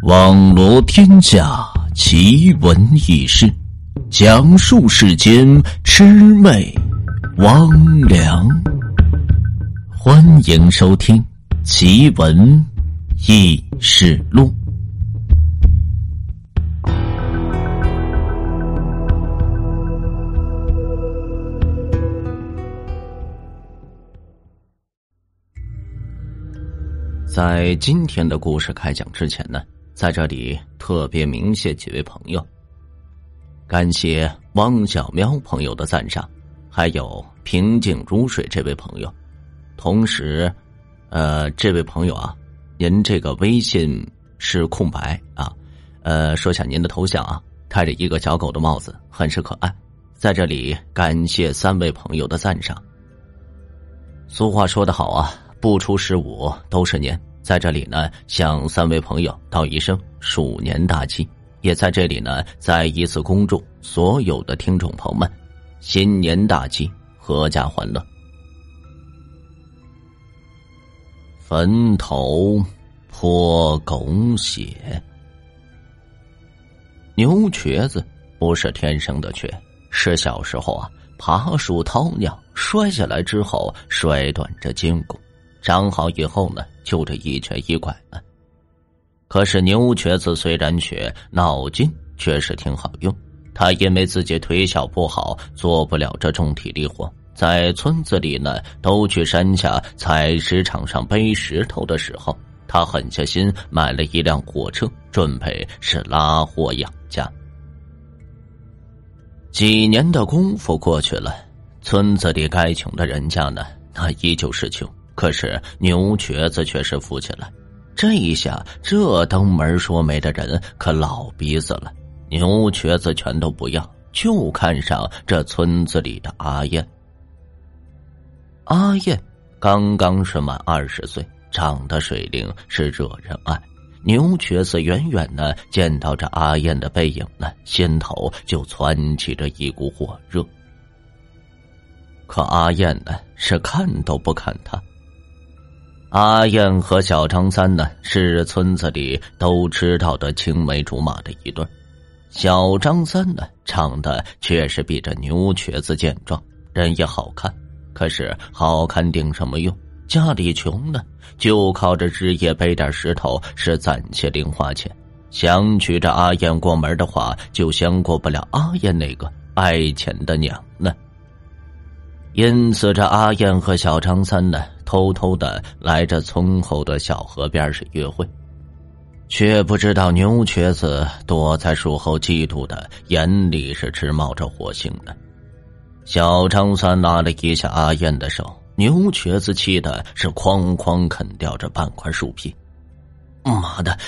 网罗天下奇闻异事，讲述世间魑魅魍魉。欢迎收听奇闻异事录。在今天的故事开讲之前呢，在这里特别鸣谢几位朋友，感谢汪小喵朋友的赞赏，还有平静如水这位朋友。同时这位朋友啊，您这个微信是空白啊，说下您的头像啊，戴着一个小狗的帽子，很是可爱。在这里感谢3位朋友的赞赏。俗话说得好啊，不出15都是年。在这里呢，向3位朋友道一声鼠年大吉，也在这里呢再一次恭祝所有的听众朋友们新年大吉，阖家欢乐。坟头泼狗血。牛瘸子不是天生的瘸，是小时候啊爬树掏尿摔下来之后摔断这筋骨，长好以后呢就这一瘸一拐了。可是牛瘸子虽然瘸，脑筋却是挺好用。他因为自己腿小不好，做不了这重体力活，在村子里呢都去山下采石场上背石头的时候，他狠下心买了一辆货车，准备是拉货养家。几年的功夫过去了，村子里该穷的人家呢，那依旧是穷，可是牛瘸子却是富起来。这一下这登门说媒的人可老逼死了，牛瘸子全都不要，就看上这村子里的阿燕。阿燕刚刚是满20岁，长得水灵，是惹人爱。牛瘸子远远的见到这阿燕的背影呢，心头就窜起着一股火热。可阿燕呢是看都不看他。阿燕和小张三呢是村子里都知道的青梅竹马的一对。小张三呢长得确实比这牛瘸子健壮，人也好看，可是好看顶什么用，家里穷呢，就靠着日夜背点石头是攒些零花钱。想娶这阿燕过门的话，就相过不了阿燕那个爱钱的娘呢。因此这阿燕和小张三呢偷偷的来这村后的小河边是约会，却不知道牛瘸子躲在树后嫉妒的眼里是直冒着火星呢。小张三拉了一下阿燕的手，牛瘸子气的是哐哐啃掉这半块树皮。妈的，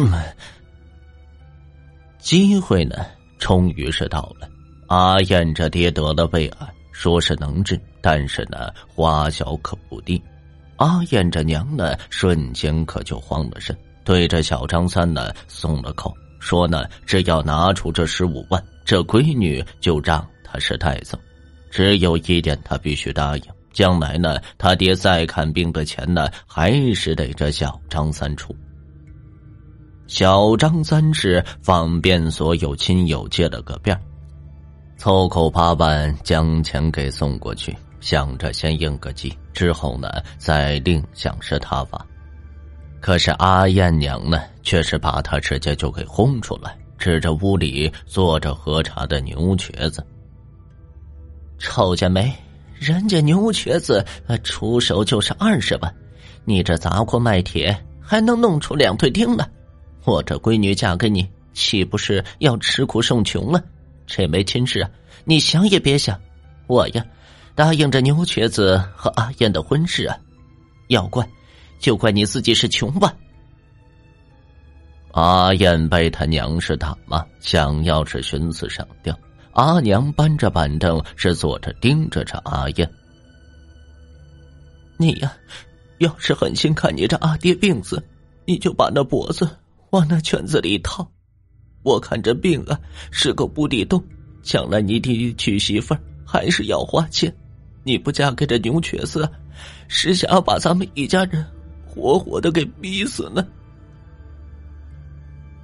机会呢终于是到了。阿燕这爹得了胃癌，说是能治，但是呢花销可不低。阿燕这娘呢瞬间可就慌了神，对着小张三呢松了口，说呢只要拿出这15万，这闺女就让他是带走。只有一点他必须答应，将来呢他爹再看病的钱呢还是得这小张三出。小张三是方便所有亲友借了个遍，凑够8万将钱给送过去，想着先应个急，之后呢再另想是他法。可是阿燕娘呢却是把他直接就给轰出来，指着屋里坐着喝茶的牛瘸子。瞅见没，人家牛瘸子出手就是20万，你这杂货卖铁还能弄出2对钉呢，我这闺女嫁给你岂不是要吃苦受穷了？这没亲事啊，你想也别想。我呀答应着牛瘸子和阿燕的婚事啊，要怪就怪你自己是穷吧。阿燕被他娘是打骂，想要是寻死上吊。阿娘搬着板凳是坐着盯着这阿燕。你呀要是狠心看你这阿爹病死，你就把那脖子往那圈子里套。我看这病啊是个无底洞，将来你弟娶媳妇儿还是要花钱，你不嫁给这牛瘸子，是想要把咱们一家人活活的给逼死呢。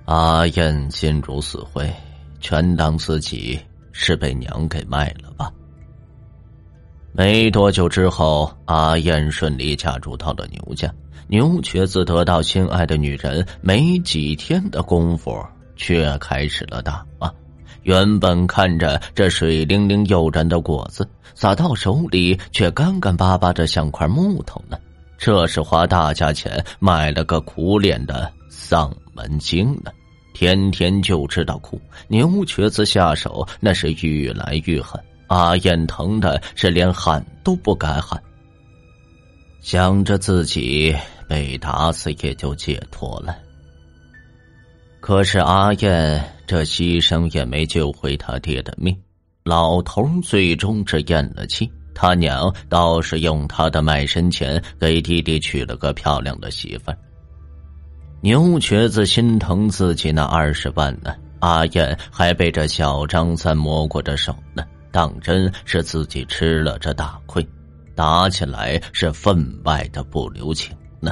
阿燕心如死灰，全当自己是被娘给卖了吧。没多久之后，阿燕顺利嫁入到了牛家。牛瘸子得到心爱的女人，没几天的功夫却开始了大骂。原本看着这水灵灵诱人的果子，撒到手里却干干巴巴的像块木头呢。这是花大价钱买了个苦脸的丧门精呢，天天就知道哭。牛瘸子下手那是愈来愈狠，阿燕疼的是连喊都不敢喊，想着自己被打死也就解脱了。可是阿燕这牺牲也没救回他爹的命，老头最终是咽了气。他娘倒是用他的卖身钱给弟弟娶了个漂亮的媳妇儿。牛瘸子心疼自己那20万呢，阿燕还被这小张三摸过着手呢，当真是自己吃了这大亏，打起来是分外的不留情呢。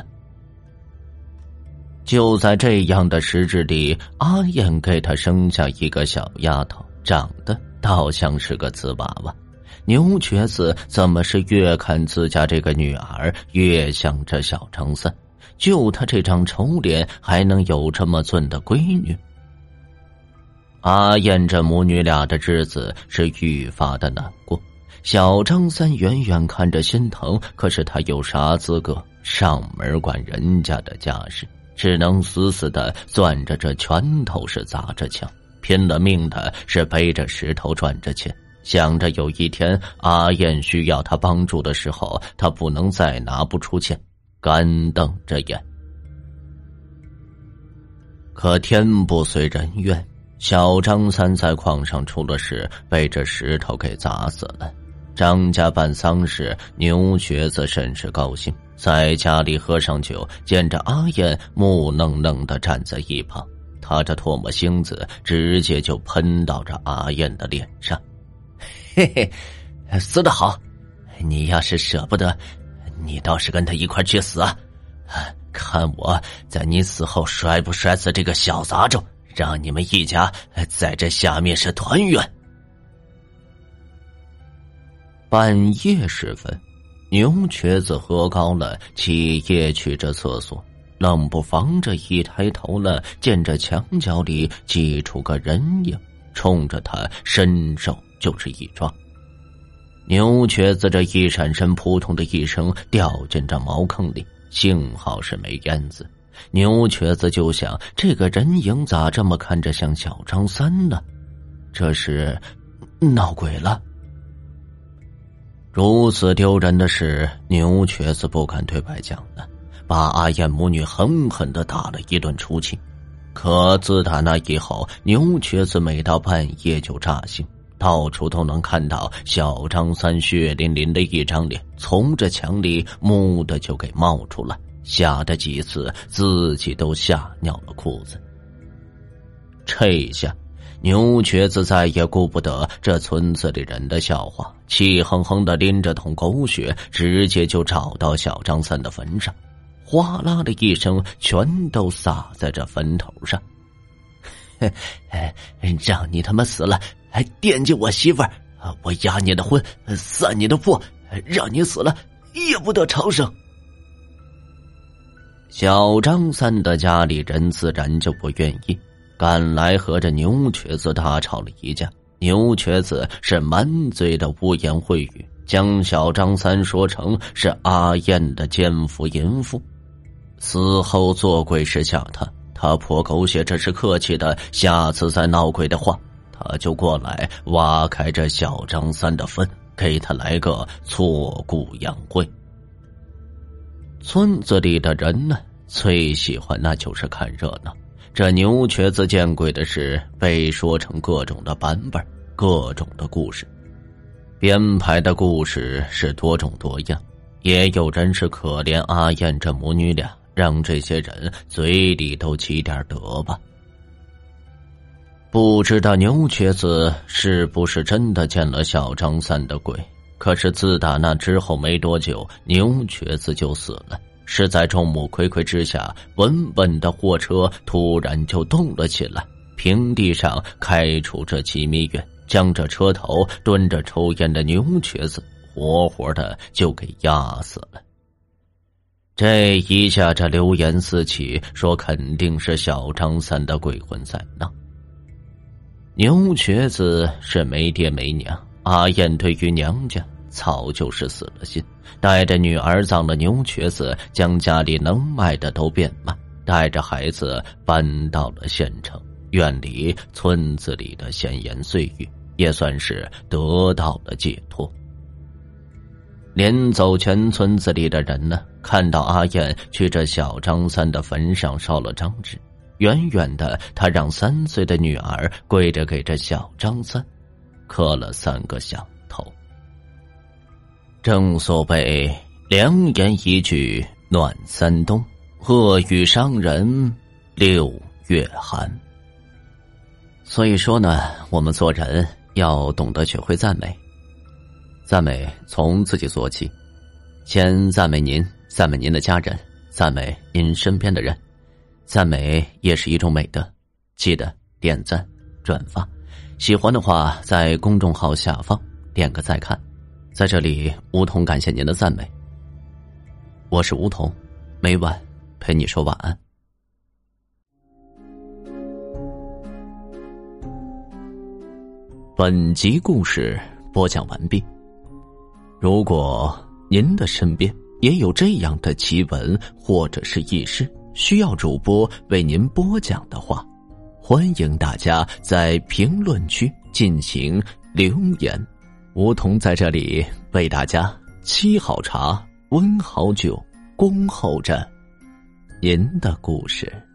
就在这样的时日里，阿燕给他生下一个小丫头，长得倒像是个瓷娃娃。牛瘸子怎么是越看自家这个女儿越像这小张三，就他这张丑脸还能有这么俊的闺女。阿燕这母女俩的日子是愈发的难过。小张三远远看着心疼，可是他有啥资格上门管人家的家事，只能死死的攥着这拳头是砸着墙，拼了命的是背着石头赚着钱，想着有一天阿燕需要他帮助的时候，他不能再拿不出钱，干瞪着眼。可天不遂人愿，小张三在矿上出了事，被这石头给砸死了。张家办丧事，牛瘸子甚是高兴，在家里喝上酒，见着阿燕木愣愣地站在一旁，他这唾沫星子直接就喷到这阿燕的脸上。嘿嘿，死得好，你要是舍不得，你倒是跟他一块去死啊！看我在你死后摔不摔死这个小杂种，让你们一家在这下面是团圆。半夜时分，牛瘸子喝高了，起夜去这厕所，冷不防着一抬头了，见着墙角里挤出个人影，冲着他伸手就是一抓。牛瘸子这一闪身，扑通的一声掉进这茅坑里，幸好是没淹死。牛瘸子就想，这个人影咋这么看着像小张三呢？这是闹鬼了。如此丢人的事，牛瘸子不敢对外讲了，把阿燕母女狠狠地打了一顿出气。可自打那以后，牛瘸子每到半夜就炸醒，到处都能看到小张三血淋淋的一张脸从这墙里蓦地就给冒出来，吓得几次自己都吓尿了裤子。这下牛瘸子再也顾不得这村子里人的笑话，气哼哼地拎着桶狗血，直接就找到小张三的坟上，哗啦的一声全都撒在这坟头上。让你他妈死了还惦记我媳妇儿，我压你的婚，散你的魄，让你死了也不得长生。小张三的家里人自然就不愿意，赶来和这牛瘸子大吵了一架。牛瘸子是满嘴的污言秽语，将小张三说成是阿燕的奸夫淫妇，死后做鬼是吓他，他泼狗血这是客气的，下次再闹鬼的话，他就过来挖开这小张三的坟，给他来个挫骨扬灰。村子里的人呢，最喜欢那就是看热闹。这牛瘸子见鬼的事被说成各种的版本，各种的故事，编排的故事是多种多样，也有人是可怜阿燕这母女俩，让这些人嘴里都积点德吧。不知道牛瘸子是不是真的见了小张三的鬼，可是自打那之后没多久，牛瘸子就死了。 是在众目睽睽之下，稳稳的货车突然就动了起来，平地上开出这几米远，将这车头蹲着抽烟的牛瘸子活活的就给压死了。这一下，这流言四起，说肯定是小张三的鬼魂在闹。牛瘸子是没爹没娘，阿燕对于娘家早就是死了心，带着女儿葬了牛瘸子，将家里能卖的都变卖，带着孩子搬到了县城，远离村子里的闲言碎语，也算是得到了解脱。临走前，村子里的人呢，看到阿燕去这小张三的坟上烧了张纸，远远的他让3岁的女儿跪着给这小张三磕了3个响头。正所谓良言一句暖3冬，恶语伤人6月寒。所以说呢，我们做人要懂得学会赞美，赞美从自己做起，先赞美您，赞美您的家人，赞美您身边的人，赞美也是一种美德。记得点赞转发，喜欢的话在公众号下方点个再看。在这里，梧桐感谢您的赞美。我是梧桐，每晚陪你说晚安。本集故事播讲完毕。如果您的身边也有这样的奇闻或者是轶事，需要主播为您播讲的话，欢迎大家在评论区进行留言。梧桐在这里为大家沏好茶，温好酒，恭候着您的故事。